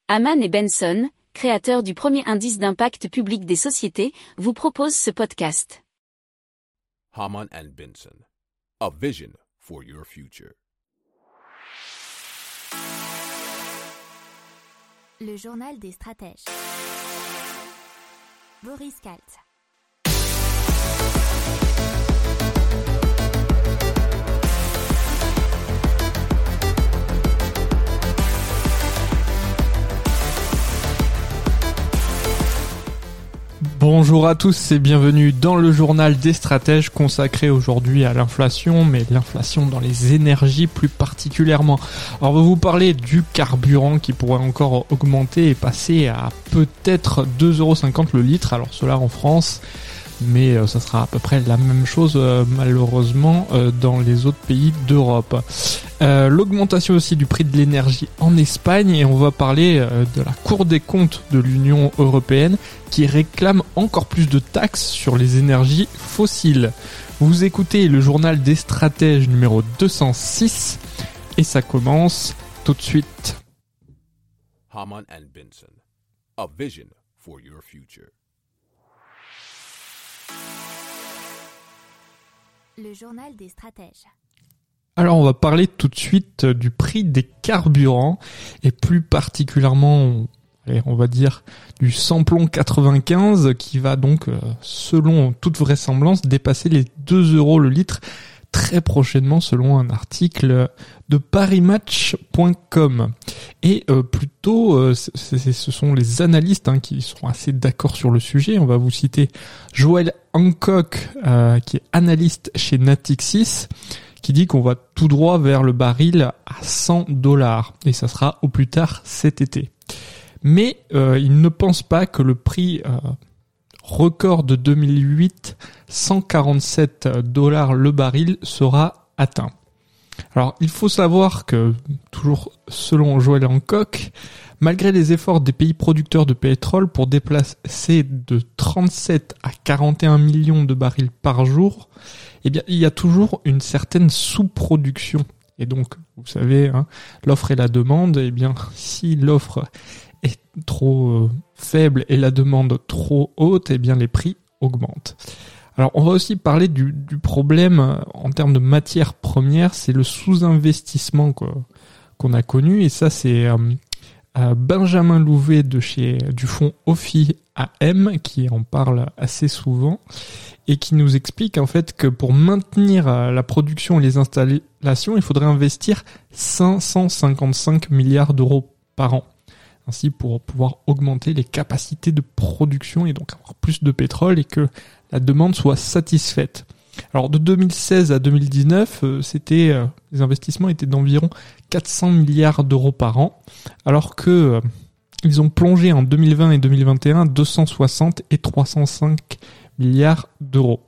Hamann et Benson, créateurs du premier indice d'impact public des sociétés, vous proposent ce podcast. Hamann and Benson, a vision for your future. Le journal des stratèges. Boris Kalt. Bonjour à tous et bienvenue dans le journal des stratèges consacré aujourd'hui à l'inflation, mais l'inflation dans les énergies plus particulièrement. Alors on va vous parler du carburant qui pourrait encore augmenter et passer à peut-être 2,50€ le litre, alors cela en France, mais ça sera à peu près la même chose malheureusement dans les autres pays d'Europe. L'augmentation aussi du prix de l'énergie en Espagne, et on va parler de la Cour des comptes de l'Union européenne qui réclame encore plus de taxes sur les énergies fossiles. Vous écoutez le journal des stratèges numéro 206 et ça commence tout de suite. Hamann and Benson, a vision for your future. Le journal des stratèges. Alors on va parler tout de suite du prix des carburants et plus particulièrement, on va dire, du samplon 95 qui va donc, selon toute vraisemblance, dépasser les 2€ le litre très prochainement selon un article de parismatch.com. Et plutôt, ce sont les analystes qui sont assez d'accord sur le sujet. On va vous citer Joël Hancock, qui est analyste chez Natixis, qui dit qu'on va tout droit vers le baril à $100, et ça sera au plus tard cet été. Mais il ne pense pas que le prix record de 2008, $147 le baril, sera atteint. Alors il faut savoir que, toujours selon Joël Hancock, malgré les efforts des pays producteurs de pétrole pour déplacer de 37 à 41 millions de barils par jour, eh bien, il y a toujours une certaine sous-production. Et donc, vous savez, l'offre et la demande, eh bien, si l'offre est trop faible et la demande trop haute, eh bien, les prix augmentent. Alors, on va aussi parler du problème en termes de matières premières, c'est le sous-investissement qu'on a connu, et ça, c'est Benjamin Louvet du fonds OFI AM qui en parle assez souvent et qui nous explique en fait que pour maintenir la production et les installations, il faudrait investir 555 milliards d'euros par an. Ainsi pour pouvoir augmenter les capacités de production et donc avoir plus de pétrole et que la demande soit satisfaite. Alors de 2016 à 2019, les investissements étaient d'environ 400 milliards d'euros par an, alors que ils ont plongé en 2020 et 2021 260 et 305 milliards d'euros.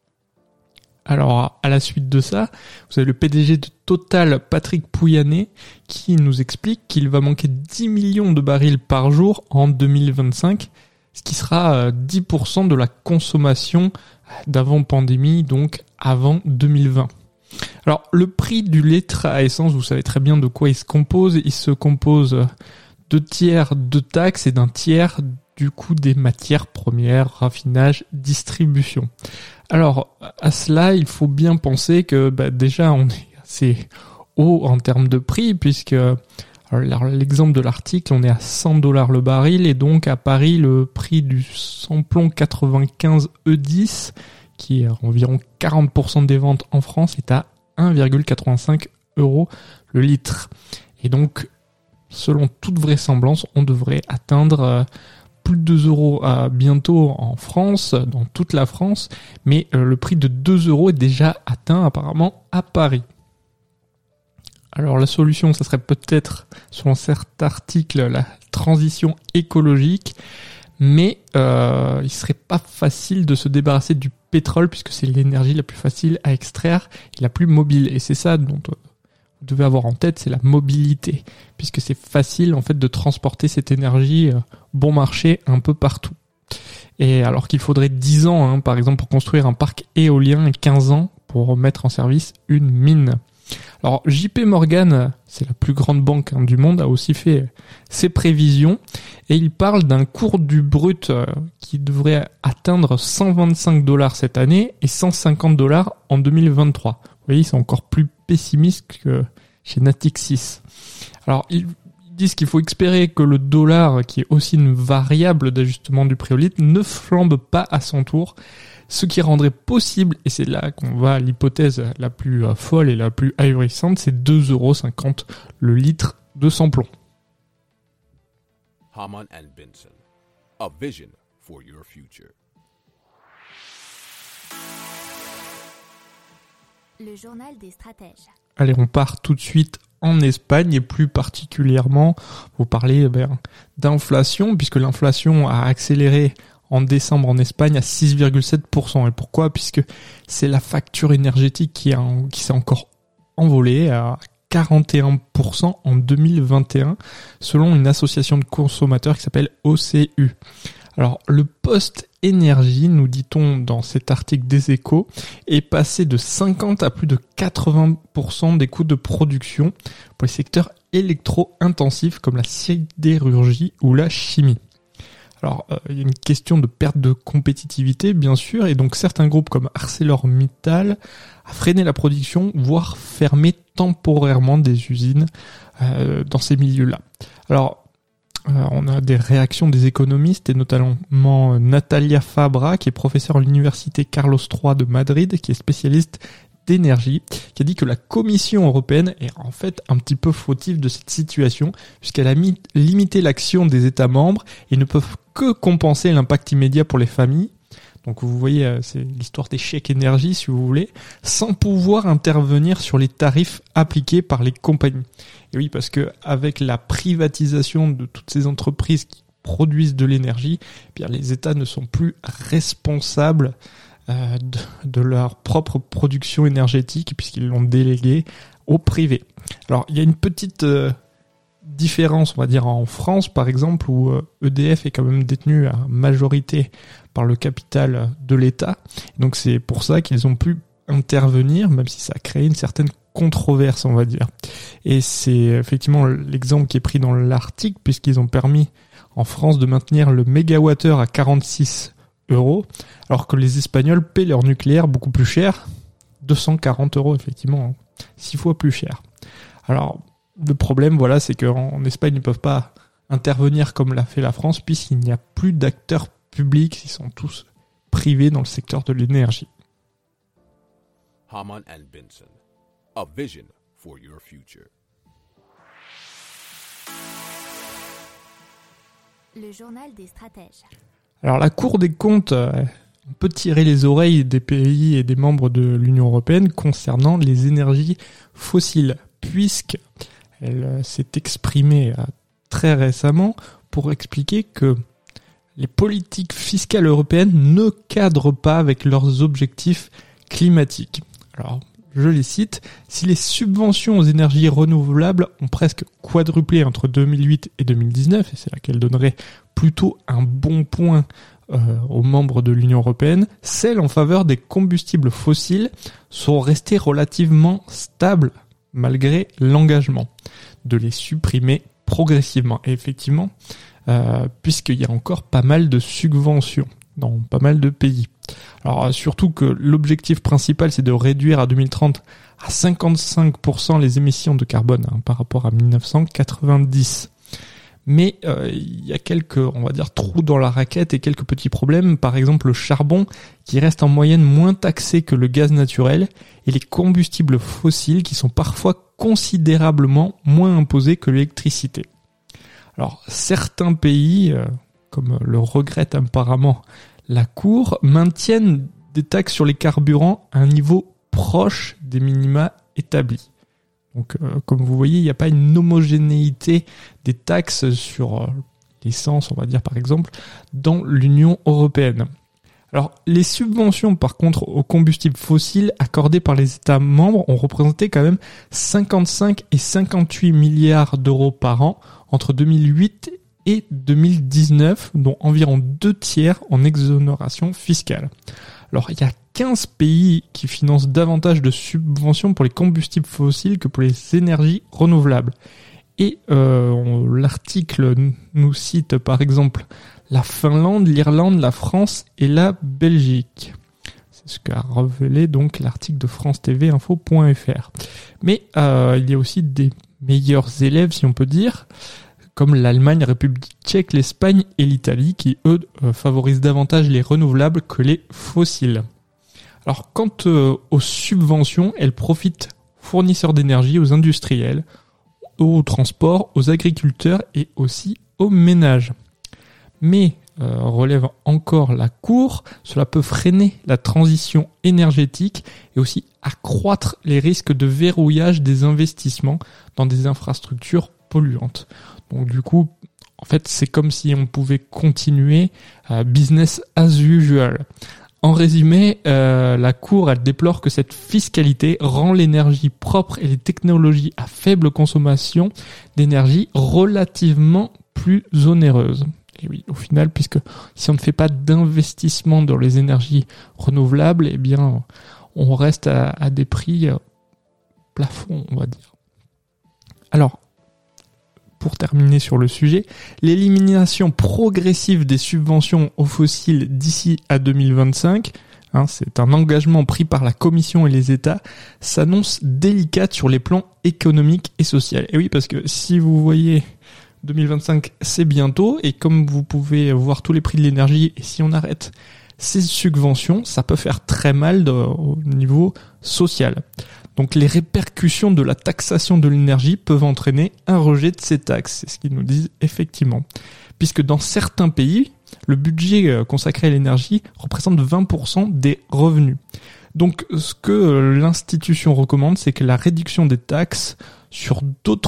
Alors à la suite de ça, vous avez le PDG de Total, Patrick Pouyanné, qui nous explique qu'il va manquer 10 millions de barils par jour en 2025, ce qui sera 10% de la consommation d'avant pandémie, donc avant 2020. Alors le prix du litre à essence, vous savez très bien de quoi il se compose. Il se compose de tiers de taxes et d'un tiers du coût des matières premières, raffinage, distribution. Alors à cela, il faut bien penser que déjà on est assez haut en termes de prix, puisque alors, l'exemple de l'article, on est à $100 le baril, et donc à Paris, le prix du samplon 95 E10, qui est environ 40% des ventes en France, est à 1,85€ le litre. Et donc, selon toute vraisemblance, on devrait atteindre plus de 2€ bientôt en France, dans toute la France, mais le prix de 2€ est déjà atteint apparemment à Paris. Alors la solution, ça serait peut-être, selon cet article, la transition écologique, mais il serait pas facile de se débarrasser du pétrole puisque c'est l'énergie la plus facile à extraire et la plus mobile. Et c'est ça dont vous devez avoir en tête, c'est la mobilité, puisque c'est facile en fait de transporter cette énergie bon marché un peu partout. Et alors qu'il faudrait 10 ans, par exemple, pour construire un parc éolien et 15 ans pour mettre en service une mine. Alors JP Morgan, c'est la plus grande banque du monde, a aussi fait ses prévisions et il parle d'un cours du brut qui devrait atteindre $125 cette année et $150 en 2023. Vous voyez, c'est encore plus pessimiste que chez Natixis. Alors ils disent qu'il faut espérer que le dollar, qui est aussi une variable d'ajustement du prix au litre, ne flambe pas à son tour, ce qui rendrait possible, et c'est là qu'on va à l'hypothèse la plus folle et la plus ahurissante, c'est 2,50 € le litre de sans-plomb. Hamann and Benson, a vision for your future. Le journal des stratèges. Allez, on part tout de suite en Espagne et plus particulièrement, vous parlez d'inflation, puisque l'inflation a accéléré en décembre en Espagne à 6,7%. Et pourquoi ? Puisque c'est la facture énergétique qui s'est encore envolée à 41% en 2021, selon une association de consommateurs qui s'appelle OCU. Alors, le poste énergie, nous dit-on dans cet article des Échos, est passé de 50 à plus de 80% des coûts de production pour les secteurs électro-intensifs comme la sidérurgie ou la chimie. Alors, il y a une question de perte de compétitivité, bien sûr, et donc certains groupes comme ArcelorMittal a freiné la production, voire fermé temporairement des usines dans ces milieux-là. Alors, on a des réactions des économistes et notamment Natalia Fabra, qui est professeure à l'université Carlos III de Madrid, qui est spécialiste d'énergie, qui a dit que la Commission européenne est en fait un petit peu fautive de cette situation, puisqu'elle a limité l'action des États membres et ne peuvent que compenser l'impact immédiat pour les familles. Donc vous voyez, c'est l'histoire des chèques énergie, si vous voulez, sans pouvoir intervenir sur les tarifs appliqués par les compagnies. Et oui, parce que avec la privatisation de toutes ces entreprises qui produisent de l'énergie, eh bien les États ne sont plus responsables de leur propre production énergétique, puisqu'ils l'ont déléguée au privé. Alors, il y a une petite différence, on va dire, en France, par exemple, où EDF est quand même détenu à majorité par le capital de l'État. Donc, c'est pour ça qu'ils ont pu intervenir, même si ça a créé une certaine controverse, on va dire. Et c'est effectivement l'exemple qui est pris dans l'article, puisqu'ils ont permis en France de maintenir le mégawattheure à 46 €, alors que les Espagnols paient leur nucléaire beaucoup plus cher, 240 €, effectivement, 6 fois plus cher. Alors, le problème, voilà, c'est qu'en Espagne, ils ne peuvent pas intervenir comme l'a fait la France, puisqu'il n'y a plus d'acteurs publics, ils sont tous privés dans le secteur de l'énergie. Hamann and Benson, a vision for your future. Le journal des stratèges. Alors la Cour des comptes, on peut tirer les oreilles des pays et des membres de l'Union européenne concernant les énergies fossiles, puisqu'elle s'est exprimée très récemment pour expliquer que les politiques fiscales européennes ne cadrent pas avec leurs objectifs climatiques. Alors, je les cite, si les subventions aux énergies renouvelables ont presque quadruplé entre 2008 et 2019, et c'est là qu'elle donnerait plutôt un bon point aux membres de l'Union européenne, celles en faveur des combustibles fossiles sont restées relativement stables malgré l'engagement de les supprimer progressivement. Et effectivement, puisqu'il y a encore pas mal de subventions dans pas mal de pays. Alors surtout que l'objectif principal, c'est de réduire à 2030 à 55% les émissions de carbone par rapport à 1990. Mais il y a quelques, on va dire, trous dans la raquette et quelques petits problèmes. Par exemple, le charbon qui reste en moyenne moins taxé que le gaz naturel et les combustibles fossiles qui sont parfois considérablement moins imposés que l'électricité. Alors certains pays, comme le regrette apparemment la Cour, maintiennent des taxes sur les carburants à un niveau proche des minima établis. Donc, comme vous voyez, il n'y a pas une homogénéité des taxes sur l'essence, on va dire par exemple, dans l'Union européenne. Alors, les subventions, par contre, aux combustibles fossiles accordées par les États membres ont représenté quand même 55 et 58 milliards d'euros par an entre 2008 et 2019, dont environ 2 tiers en exonération fiscale. Alors, il y a 15 pays qui financent davantage de subventions pour les combustibles fossiles que pour les énergies renouvelables. Et l'article nous cite par exemple la Finlande, l'Irlande, la France et la Belgique. C'est ce qu'a révélé donc l'article de france-tv-info.fr. Mais il y a aussi des meilleurs élèves, si on peut dire, comme l'Allemagne, la République tchèque, l'Espagne et l'Italie, qui eux favorisent davantage les renouvelables que les fossiles. Alors quant aux subventions, elles profitent aux fournisseurs d'énergie, aux industriels, aux transports, aux agriculteurs et aussi aux ménages. Mais, relève encore la Cour, cela peut freiner la transition énergétique et aussi accroître les risques de verrouillage des investissements dans des infrastructures polluantes. Donc du coup, en fait, c'est comme si on pouvait continuer business as usual. En résumé, la Cour, elle déplore que cette fiscalité rend l'énergie propre et les technologies à faible consommation d'énergie relativement plus onéreuses. Et oui, au final, puisque si on ne fait pas d'investissement dans les énergies renouvelables, eh bien, on reste à des prix plafonds, on va dire. Alors, pour terminer sur le sujet, l'élimination progressive des subventions aux fossiles d'ici à 2025, c'est un engagement pris par la Commission et les États, s'annonce délicate sur les plans économiques et sociaux. Et oui, parce que si vous voyez 2025, c'est bientôt, et comme vous pouvez voir tous les prix de l'énergie, et si on arrête ces subventions, ça peut faire très mal au niveau social. Donc les répercussions de la taxation de l'énergie peuvent entraîner un rejet de ces taxes, c'est ce qu'ils nous disent effectivement. Puisque dans certains pays, le budget consacré à l'énergie représente 20% des revenus. Donc ce que l'institution recommande, c'est que la réduction des taxes sur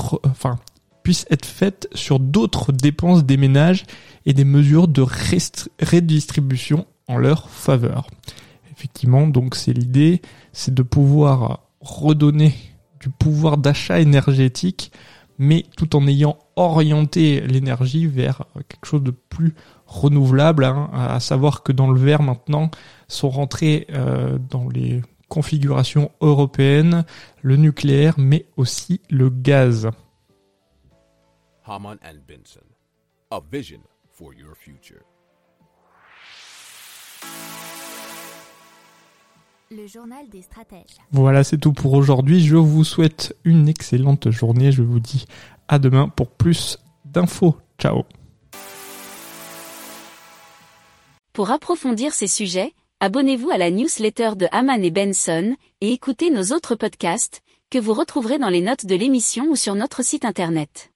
puisse être faite sur d'autres dépenses des ménages et des mesures de redistribution en leur faveur. Effectivement, donc c'est l'idée, c'est de pouvoir redonner du pouvoir d'achat énergétique, mais tout en ayant orienté l'énergie vers quelque chose de plus renouvelable, à savoir que dans le vert maintenant sont rentrés dans les configurations européennes le nucléaire, mais aussi le gaz. Hamann and Benson, a vision for your future. Le journal des stratèges. Voilà, c'est tout pour aujourd'hui. Je vous souhaite une excellente journée. Je vous dis à demain pour plus d'infos. Ciao. Pour approfondir ces sujets, abonnez-vous à la newsletter de Hamann et Benson et écoutez nos autres podcasts que vous retrouverez dans les notes de l'émission ou sur notre site internet.